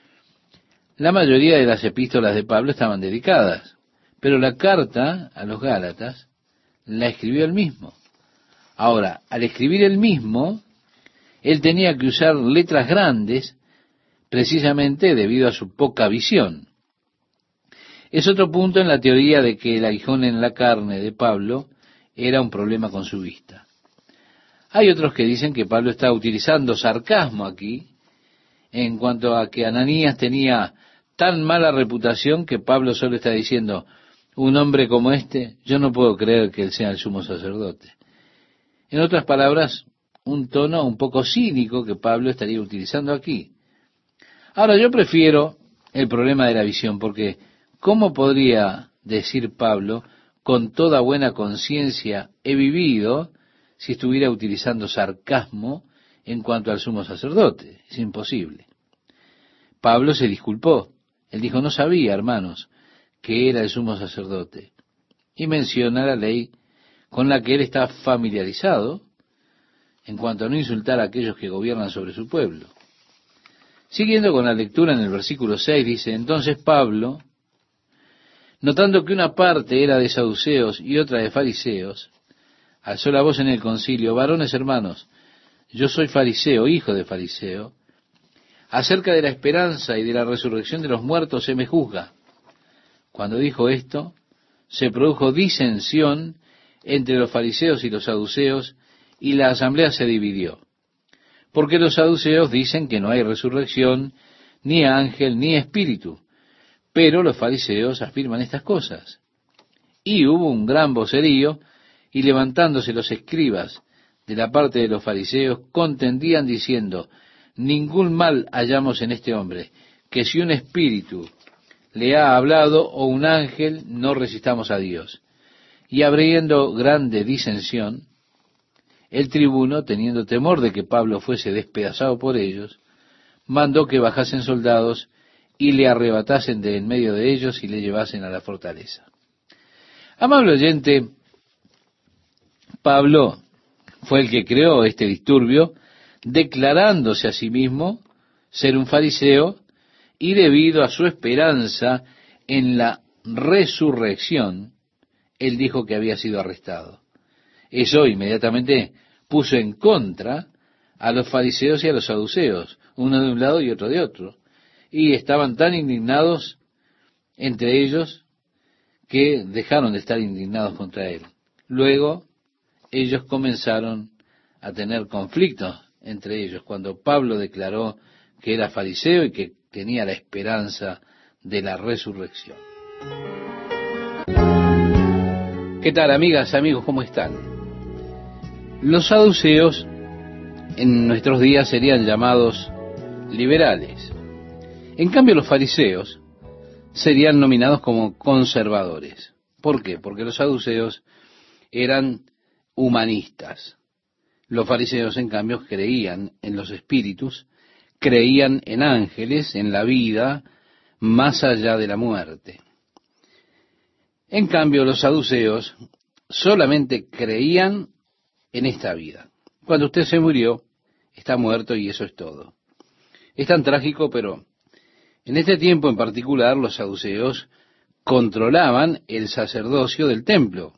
La mayoría de las epístolas de Pablo estaban dedicadas, pero la carta a los Gálatas la escribió él mismo. Ahora, al escribir él mismo, él tenía que usar letras grandes precisamente debido a su poca visión. Es otro punto en la teoría de que el aguijón en la carne de Pablo era un problema con su vista. Hay otros que dicen que Pablo está utilizando sarcasmo aquí, en cuanto a que Ananías tenía tan mala reputación que Pablo solo está diciendo, un hombre como este, yo no puedo creer que él sea el sumo sacerdote. En otras palabras, un tono un poco cínico que Pablo estaría utilizando aquí. Ahora, yo prefiero el problema de la visión, porque ¿cómo podría decir Pablo, con toda buena conciencia he vivido, si estuviera utilizando sarcasmo en cuanto al sumo sacerdote? Es imposible. Pablo se disculpó. Él dijo, no sabía, hermanos, que era el sumo sacerdote. Y menciona la ley con la que él está familiarizado en cuanto a no insultar a aquellos que gobiernan sobre su pueblo. Siguiendo con la lectura en el versículo 6, dice, entonces Pablo, notando que una parte era de saduceos y otra de fariseos, alzó la voz en el concilio, varones hermanos, yo soy fariseo, hijo de fariseo, acerca de la esperanza y de la resurrección de los muertos se me juzga. Cuando dijo esto, se produjo disensión entre los fariseos y los saduceos, y la asamblea se dividió. Porque los saduceos dicen que no hay resurrección, ni ángel, ni espíritu, pero los fariseos afirman estas cosas. Y hubo un gran vocerío, y levantándose los escribas de la parte de los fariseos, contendían diciendo, ningún mal hallamos en este hombre, que si un espíritu le ha hablado o un ángel, no resistamos a Dios. Y abriendo grande disensión, el tribuno, teniendo temor de que Pablo fuese despedazado por ellos, mandó que bajasen soldados y le arrebatasen de en medio de ellos y le llevasen a la fortaleza. Amable oyente, Pablo fue el que creó este disturbio, declarándose a sí mismo ser un fariseo, y debido a su esperanza en la resurrección, él dijo que había sido arrestado. Eso inmediatamente puso en contra a los fariseos y a los saduceos, uno de un lado y otro de otro, y estaban tan indignados entre ellos que dejaron de estar indignados contra él. Luego, ellos comenzaron a tener conflictos entre ellos, cuando Pablo declaró que era fariseo y que tenía la esperanza de la resurrección. ¿Qué tal, amigas, amigos? ¿Cómo están? Los saduceos en nuestros días serían llamados liberales. En cambio, los fariseos serían nominados como conservadores. ¿Por qué? Porque los saduceos eran humanistas. Los fariseos, en cambio, creían en los espíritus, creían en ángeles, en la vida más allá de la muerte. En cambio, los saduceos solamente creían en esta vida. Cuando usted se murió, está muerto y eso es todo. Es tan trágico, pero en este tiempo en particular los saduceos controlaban el sacerdocio del templo.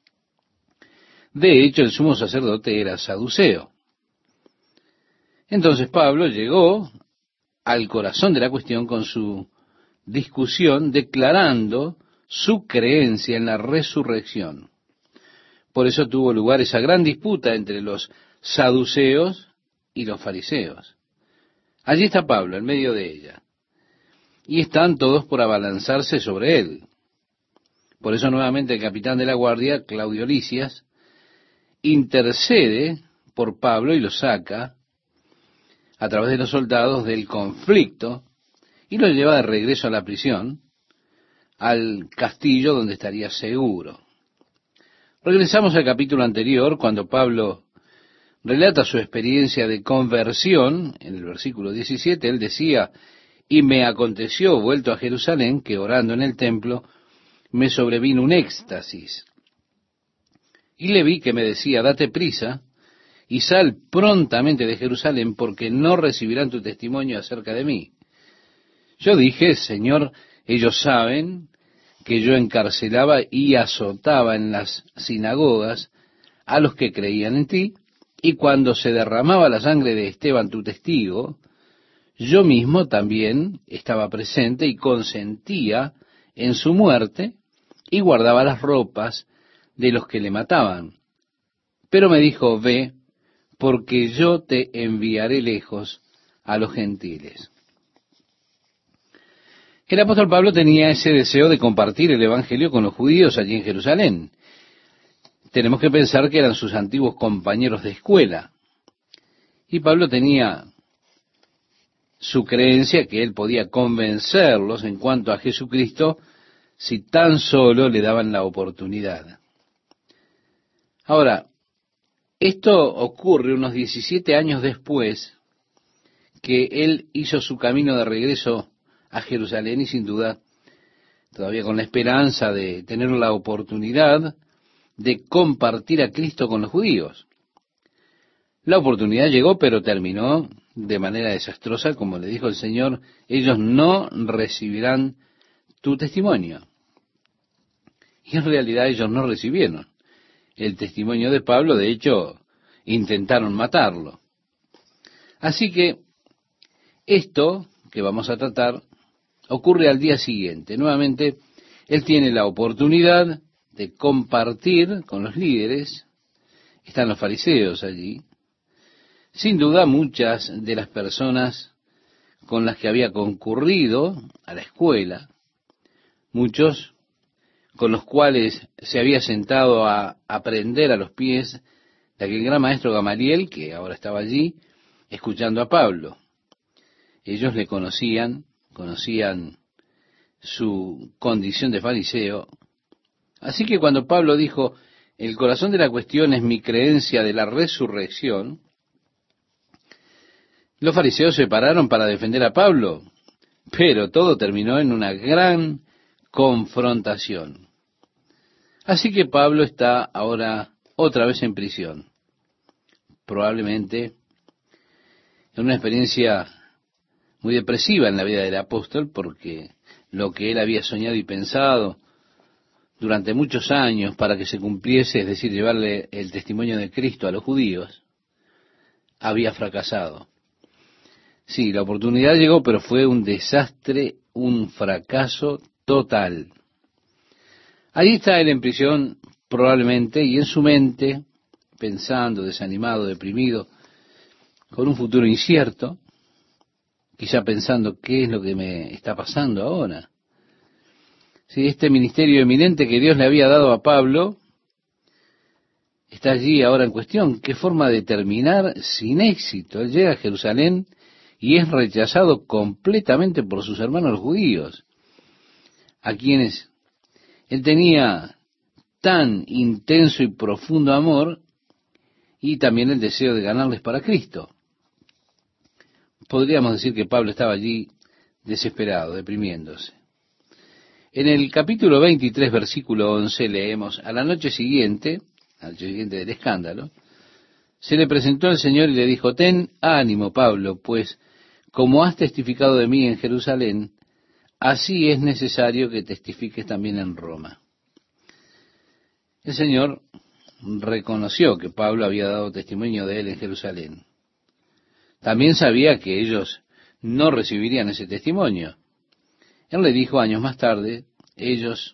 De hecho, el sumo sacerdote era saduceo. Entonces Pablo llegó al corazón de la cuestión con su discusión, declarando su creencia en la resurrección. Por eso tuvo lugar esa gran disputa entre los saduceos y los fariseos. Allí está Pablo, en medio de ella. Y están todos por abalanzarse sobre él. Por eso nuevamente el capitán de la guardia, Claudio Lisias, intercede por Pablo y lo saca a través de los soldados del conflicto y lo lleva de regreso a la prisión, al castillo donde estaría seguro. Regresamos al capítulo anterior, cuando Pablo relata su experiencia de conversión. En el versículo 17 él decía: y me aconteció, vuelto a Jerusalén, que orando en el templo, me sobrevino un éxtasis. Y le vi que me decía: date prisa y sal prontamente de Jerusalén, porque no recibirán tu testimonio acerca de mí. Yo dije: Señor, ellos saben que yo encarcelaba y azotaba en las sinagogas a los que creían en ti, y cuando se derramaba la sangre de Esteban, tu testigo, yo mismo también estaba presente y consentía en su muerte y guardaba las ropas de los que le mataban. Pero me dijo: ve, porque yo te enviaré lejos a los gentiles. El apóstol Pablo tenía ese deseo de compartir el evangelio con los judíos allí en Jerusalén. Tenemos que pensar que eran sus antiguos compañeros de escuela. Y Pablo tenía su creencia que él podía convencerlos en cuanto a Jesucristo si tan solo le daban la oportunidad. Ahora, esto ocurre unos 17 años después que él hizo su camino de regreso a Jerusalén, y sin duda todavía con la esperanza de tener la oportunidad de compartir a Cristo con los judíos. La oportunidad llegó, pero terminó de manera desastrosa. Como le dijo el Señor: ellos no recibirán tu testimonio. Y en realidad ellos no recibieron el testimonio de Pablo. De hecho, intentaron matarlo. Así que esto que vamos a tratar ocurre al día siguiente. Nuevamente, él tiene la oportunidad de compartir con los líderes. Están los fariseos allí. Sin duda, muchas de las personas con las que había concurrido a la escuela, muchos con los cuales se había sentado a aprender a los pies de aquel gran maestro Gamaliel, que ahora estaba allí escuchando a Pablo. Ellos le conocían su condición de fariseo. Así que cuando Pablo dijo: el corazón de la cuestión es mi creencia de la resurrección, Los fariseos se pararon para defender a Pablo, pero todo terminó en una gran confrontación. Así que Pablo está ahora otra vez en prisión, probablemente en una experiencia muy depresiva en la vida del apóstol, porque lo que él había soñado y pensado durante muchos años para que se cumpliese, es decir, llevarle el testimonio de Cristo a los judíos, había fracasado. Sí, la oportunidad llegó, pero fue un desastre, un fracaso total. Allí está él en prisión, probablemente, y en su mente, pensando, desanimado, deprimido, con un futuro incierto, quizá pensando, ¿qué es lo que me está pasando ahora? Si este ministerio eminente que Dios le había dado a Pablo está allí ahora en cuestión, ¿qué forma de terminar sin éxito? Él llega a Jerusalén y es rechazado completamente por sus hermanos judíos, a quienes él tenía tan intenso y profundo amor y también el deseo de ganarles para Cristo. Podríamos decir que Pablo estaba allí desesperado, deprimiéndose. En el capítulo 23, versículo 11, leemos: a la noche siguiente del escándalo, se le presentó el Señor y le dijo: ten ánimo, Pablo, pues como has testificado de mí en Jerusalén, así es necesario que testifiques también en Roma. El Señor reconoció que Pablo había dado testimonio de él en Jerusalén. También sabía que ellos no recibirían ese testimonio. Él le dijo años más tarde: ellos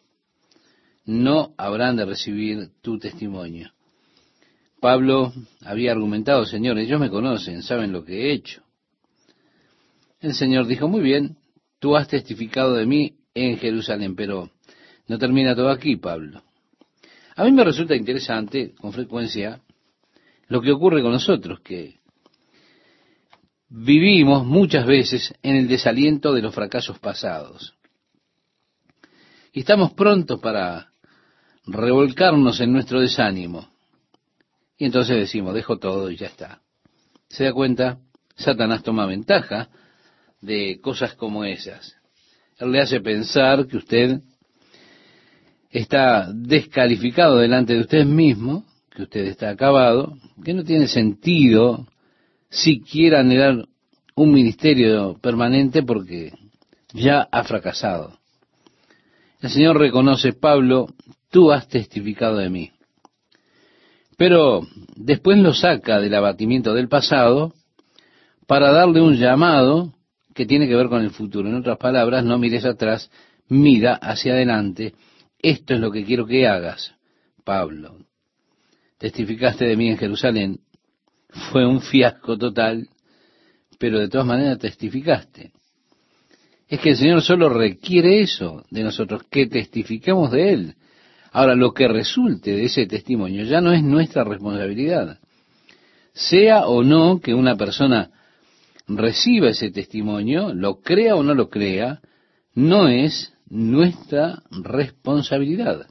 no habrán de recibir tu testimonio. Pablo había argumentado: Señor, ellos me conocen, saben lo que he hecho. El Señor dijo: muy bien, tú has testificado de mí en Jerusalén, pero no termina todo aquí, Pablo. A mí me resulta interesante, con frecuencia, lo que ocurre con nosotros, que vivimos muchas veces en el desaliento de los fracasos pasados. Y estamos prontos para revolcarnos en nuestro desánimo. Y entonces decimos: dejo todo y ya está. ¿Se da cuenta? Satanás toma ventaja de cosas como esas. Él le hace pensar que usted está descalificado delante de usted mismo, que usted está acabado, que no tiene sentido siquiera anhelar un ministerio permanente porque ya ha fracasado. El Señor reconoce: Pablo, tú has testificado de mí. Pero después lo saca del abatimiento del pasado para darle un llamado que tiene que ver con el futuro. En otras palabras, no mires atrás, mira hacia adelante. Esto es lo que quiero que hagas, Pablo. Testificaste de mí en Jerusalén. Fue un fiasco total, pero de todas maneras testificaste. Es que el Señor solo requiere eso de nosotros, que testifiquemos de Él. Ahora, lo que resulte de ese testimonio ya no es nuestra responsabilidad. Sea o no que una persona reciba ese testimonio, lo crea o no lo crea, no es nuestra responsabilidad.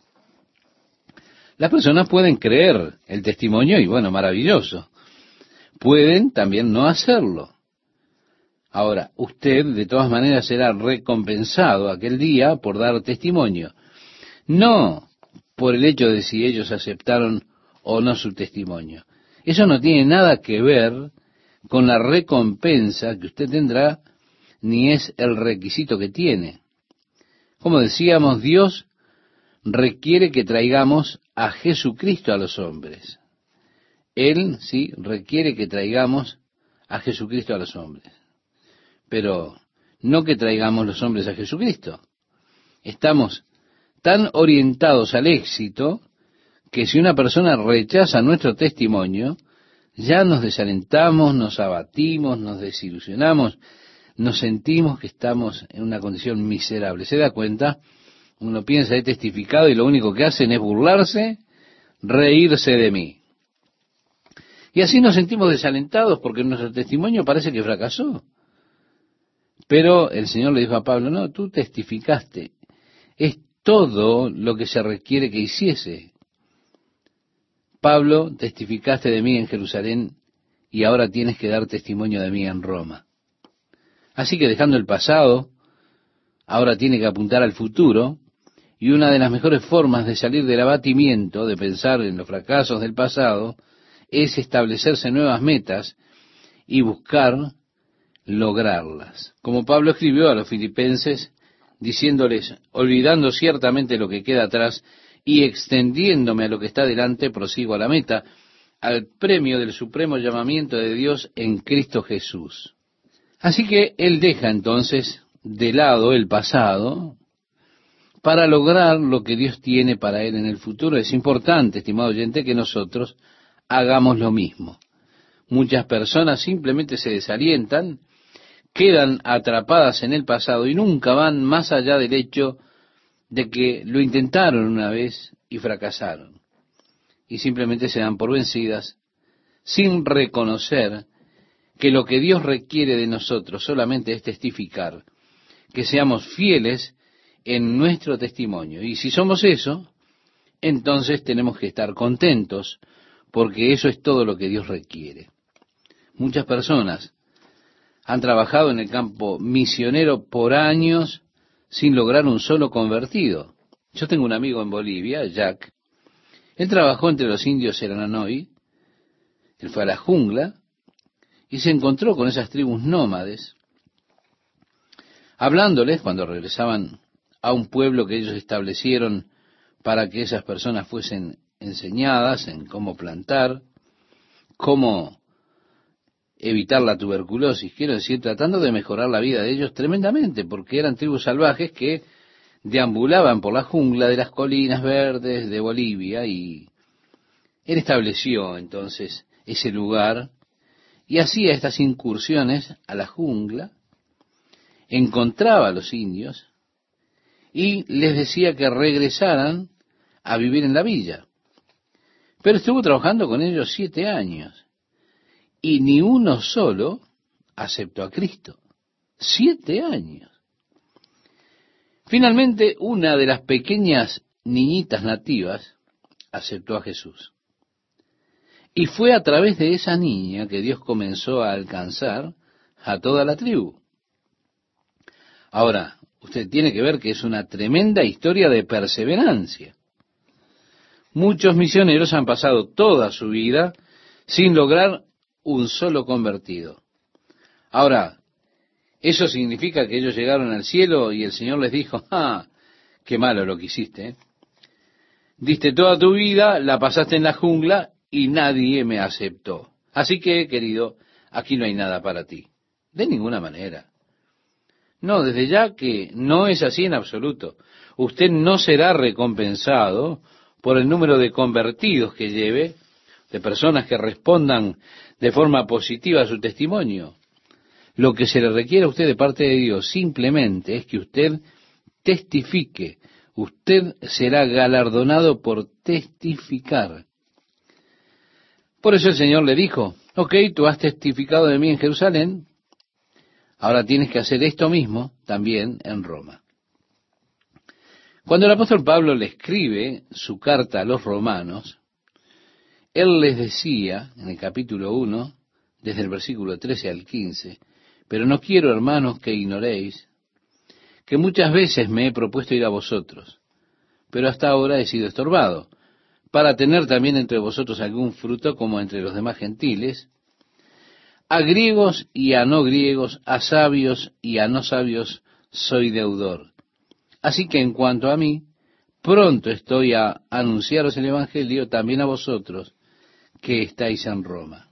Las personas pueden creer el testimonio y bueno, maravilloso. Pueden también no hacerlo. Ahora, usted de todas maneras será recompensado aquel día por dar testimonio. No por el hecho de si ellos aceptaron o no su testimonio. Eso no tiene nada que ver con la recompensa que usted tendrá, ni es el requisito que tiene. Como decíamos, Dios requiere que traigamos a Jesucristo a los hombres. Él, sí, requiere que traigamos a Jesucristo a los hombres. Pero no que traigamos los hombres a Jesucristo. Estamos tan orientados al éxito que si una persona rechaza nuestro testimonio, ya nos desalentamos, nos abatimos, nos desilusionamos, nos sentimos que estamos en una condición miserable. ¿Se da cuenta? Uno piensa: he testificado, y lo único que hacen es burlarse, reírse de mí. Y así nos sentimos desalentados porque nuestro testimonio parece que fracasó. Pero el Señor le dijo a Pablo: no, tú testificaste. Es todo lo que se requiere que hiciese. Pablo, testificaste de mí en Jerusalén, y ahora tienes que dar testimonio de mí en Roma. Así que dejando el pasado, ahora tiene que apuntar al futuro, y una de las mejores formas de salir del abatimiento, de pensar en los fracasos del pasado, es establecerse nuevas metas y buscar lograrlas. Como Pablo escribió a los filipenses, diciéndoles, olvidando ciertamente lo que queda atrás y extendiéndome a lo que está delante, prosigo a la meta, al premio del supremo llamamiento de Dios en Cristo Jesús. Así que él deja entonces de lado el pasado para lograr lo que Dios tiene para él en el futuro. Es importante, estimado oyente, que nosotros hagamos lo mismo. Muchas personas simplemente se desalientan, quedan atrapadas en el pasado y nunca van más allá del hecho de que lo intentaron una vez y fracasaron. Y simplemente se dan por vencidas sin reconocer que lo que Dios requiere de nosotros solamente es testificar, que seamos fieles en nuestro testimonio. Y si somos eso, entonces tenemos que estar contentos, porque eso es todo lo que Dios requiere. Muchas personas han trabajado en el campo misionero por años sin lograr un solo convertido. Yo tengo un amigo en Bolivia, Jack. Él trabajó entre los indios Seranoy, él fue a la jungla y se encontró con esas tribus nómades, hablándoles cuando regresaban a un pueblo que ellos establecieron para que esas personas fuesen enseñadas en cómo plantar, cómo evitar la tuberculosis, quiero decir, tratando de mejorar la vida de ellos tremendamente, porque eran tribus salvajes que deambulaban por la jungla de las colinas verdes de Bolivia, y él estableció entonces ese lugar y hacía estas incursiones a la jungla, encontraba a los indios y les decía que regresaran a vivir en la villa. Pero estuvo trabajando con ellos 7 años y ni uno solo aceptó a Cristo. 7 años. Finalmente, una de las pequeñas niñitas nativas aceptó a Jesús. Y fue a través de esa niña que Dios comenzó a alcanzar a toda la tribu. Ahora, usted tiene que ver que es una tremenda historia de perseverancia. Muchos misioneros han pasado toda su vida sin lograr un solo convertido. Ahora, ¿eso significa que ellos llegaron al cielo y el Señor les dijo, qué malo lo que hiciste, ¿eh? Diste toda tu vida, la pasaste en la jungla y nadie me aceptó. Así que, querido, aquí no hay nada para ti. De ninguna manera. No, desde ya que no es así en absoluto. Usted no será recompensado por el número de convertidos que lleve, de personas que respondan de forma positiva a su testimonio. Lo que se le requiere a usted de parte de Dios simplemente es que usted testifique. Usted será galardonado por testificar. Por eso el Señor le dijo, ok, tú has testificado de mí en Jerusalén, ahora tienes que hacer esto mismo también en Roma. Cuando el apóstol Pablo le escribe su carta a los romanos, él les decía en el capítulo 1, desde el versículo 13 al 15, pero no quiero, hermanos, que ignoréis que muchas veces me he propuesto ir a vosotros, pero hasta ahora he sido estorbado, para tener también entre vosotros algún fruto como entre los demás gentiles, a griegos y a no griegos, a sabios y a no sabios soy deudor. Así que en cuanto a mí, pronto estoy a anunciaros el Evangelio también a vosotros que estáis en Roma.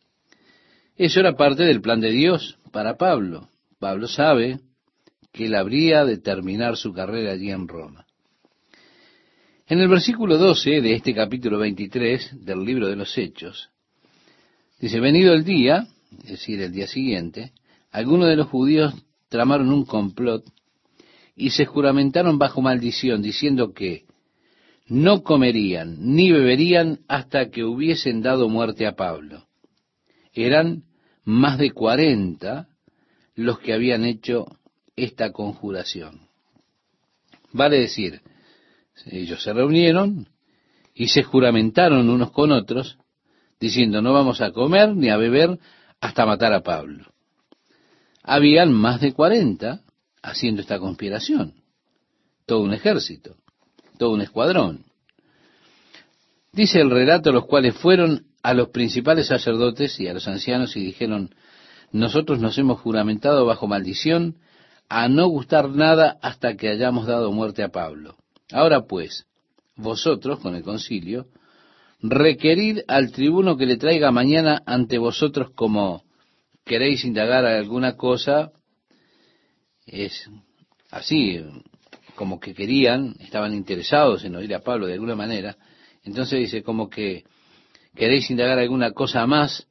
Eso era parte del plan de Dios para Pablo. Pablo sabe que él habría de terminar su carrera allí en Roma. En el versículo 12 de este capítulo 23 del libro de los Hechos, dice, venido el día, es decir, el día siguiente, algunos de los judíos tramaron un complot y se juramentaron bajo maldición, diciendo que no comerían ni beberían hasta que hubiesen dado muerte a Pablo. Eran más de 40 los que habían hecho esta conjuración. Vale decir, ellos se reunieron y se juramentaron unos con otros diciendo, no vamos a comer ni a beber hasta matar a Pablo. Habían más de 40 haciendo esta conspiración. Todo un ejército, todo un escuadrón. Dice el relato, los cuales fueron a los principales sacerdotes y a los ancianos y dijeron, nosotros nos hemos juramentado bajo maldición a no gustar nada hasta que hayamos dado muerte a Pablo. Ahora pues, vosotros, con el concilio, requerid al tribuno que le traiga mañana ante vosotros como queréis indagar alguna cosa. Es así, como que querían, estaban interesados en oír a Pablo de alguna manera. Entonces dice, como que queréis indagar alguna cosa más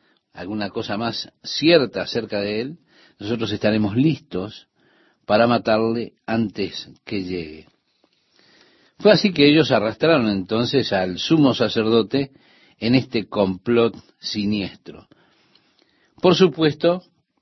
cierta acerca de él, nosotros estaremos listos para matarle antes que llegue. Fue así que ellos arrastraron entonces al sumo sacerdote en este complot siniestro. Por supuesto,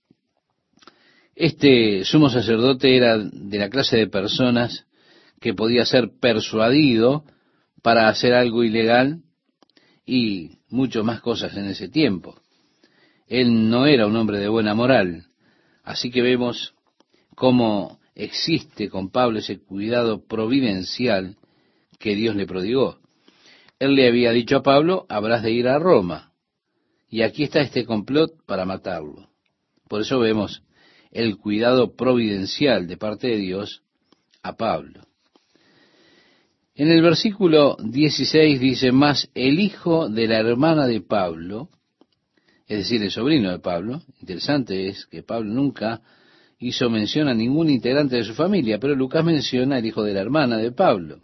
este sumo sacerdote era de la clase de personas que podía ser persuadido para hacer algo ilegal y mucho más cosas en ese tiempo. Él no era un hombre de buena moral, así que vemos cómo existe con Pablo ese cuidado providencial que Dios le prodigó. Él le había dicho a Pablo, habrás de ir a Roma, y aquí está este complot para matarlo. Por eso vemos el cuidado providencial de parte de Dios a Pablo. En el versículo 16 dice, mas el hijo de la hermana de Pablo, es decir, el sobrino de Pablo, interesante es que Pablo nunca hizo mención a ningún integrante de su familia, pero Lucas menciona al hijo de la hermana de Pablo.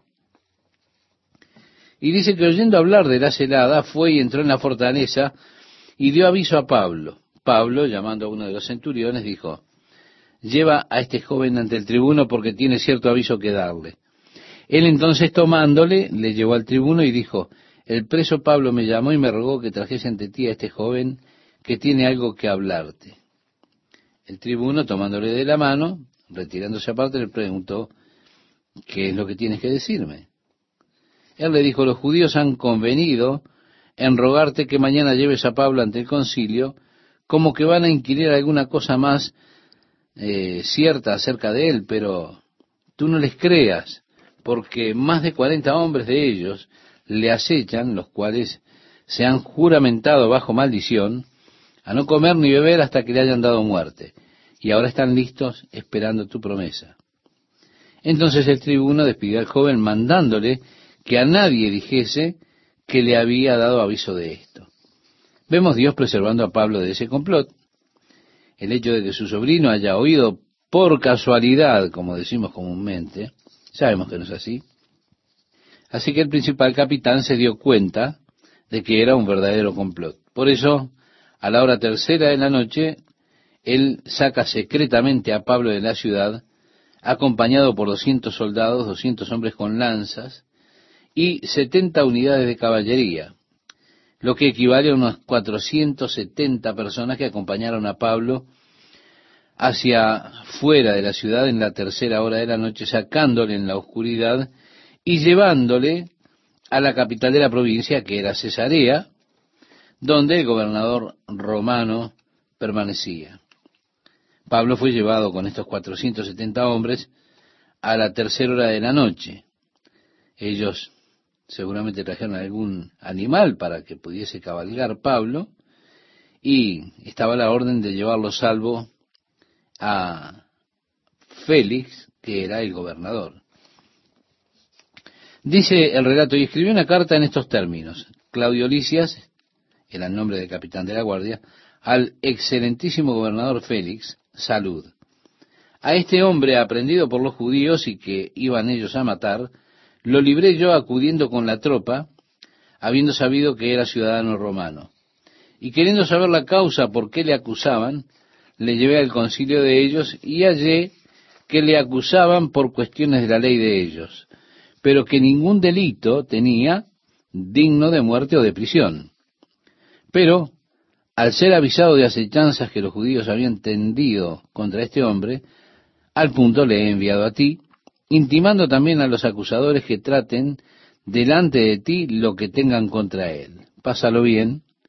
Y dice que oyendo hablar de la celada, fue y entró en la fortaleza y dio aviso a Pablo. Pablo, llamando a uno de los centuriones, dijo, lleva a este joven ante el tribuno porque tiene cierto aviso que darle. Él entonces tomándole, le llevó al tribuno y dijo, el preso Pablo me llamó y me rogó que trajese ante ti a este joven que tiene algo que hablarte. El tribuno, tomándole de la mano, retirándose aparte, le preguntó, ¿qué es lo que tienes que decirme? Él le dijo, los judíos han convenido en rogarte que mañana lleves a Pablo ante el concilio, como que van a inquirir alguna cosa más cierta acerca de él, pero tú no les creas, porque más de 40 hombres de ellos le acechan, los cuales se han juramentado bajo maldición a no comer ni beber hasta que le hayan dado muerte, y ahora están listos esperando tu promesa. Entonces el tribuno despidió al joven mandándole que a nadie dijese que le había dado aviso de esto. Vemos Dios preservando a Pablo de ese complot. El hecho de que su sobrino haya oído por casualidad, como decimos comúnmente, sabemos que no es así. Así que el principal capitán se dio cuenta de que era un verdadero complot. Por eso, a la hora tercera de la noche, él saca secretamente a Pablo de la ciudad, acompañado por 200 soldados, 200 hombres con lanzas, y 70 unidades de caballería, lo que equivale a unas 470 personas que acompañaron a Pablo hacia fuera de la ciudad en la tercera hora de la noche, sacándole en la oscuridad y llevándole a la capital de la provincia, que era Cesarea, donde el gobernador romano permanecía. Pablo fue llevado con estos 470 hombres a la tercera hora de la noche. Ellos seguramente trajeron algún animal para que pudiese cabalgar Pablo, y estaba la orden de llevarlo salvo a Félix, que era el gobernador. Dice el relato, y escribió una carta en estos términos. Claudio Lisias, era el nombre del capitán de la guardia, al excelentísimo gobernador Félix, salud. A este hombre aprendido por los judíos y que iban ellos a matar, lo libré yo acudiendo con la tropa, habiendo sabido que era ciudadano romano. Y queriendo saber la causa por qué le acusaban, le llevé al concilio de ellos y hallé que le acusaban por cuestiones de la ley de ellos, pero que ningún delito tenía digno de muerte o de prisión. Pero, al ser avisado de acechanzas que los judíos habían tendido contra este hombre, al punto le he enviado a ti, intimando también a los acusadores que traten delante de ti lo que tengan contra él. Pásalo bien,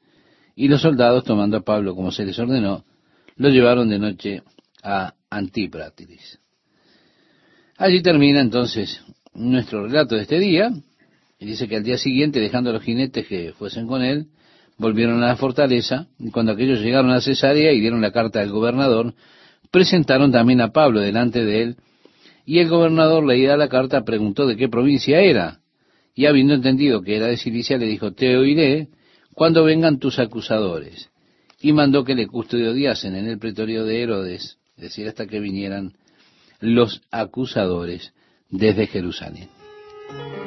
y los soldados, tomando a Pablo como se les ordenó, lo llevaron de noche a Antípatris. Allí termina entonces nuestro relato de este día, y dice que al día siguiente, dejando a los jinetes que fuesen con él, volvieron a la fortaleza, y cuando aquellos llegaron a Cesarea y dieron la carta al gobernador, presentaron también a Pablo delante de él, y el gobernador, leída la carta, preguntó de qué provincia era, y habiendo entendido que era de Cilicia, le dijo: te oiré cuando vengan tus acusadores. Y mandó que le custodiasen en el pretorio de Herodes, es decir, hasta que vinieran los acusadores desde Jerusalén.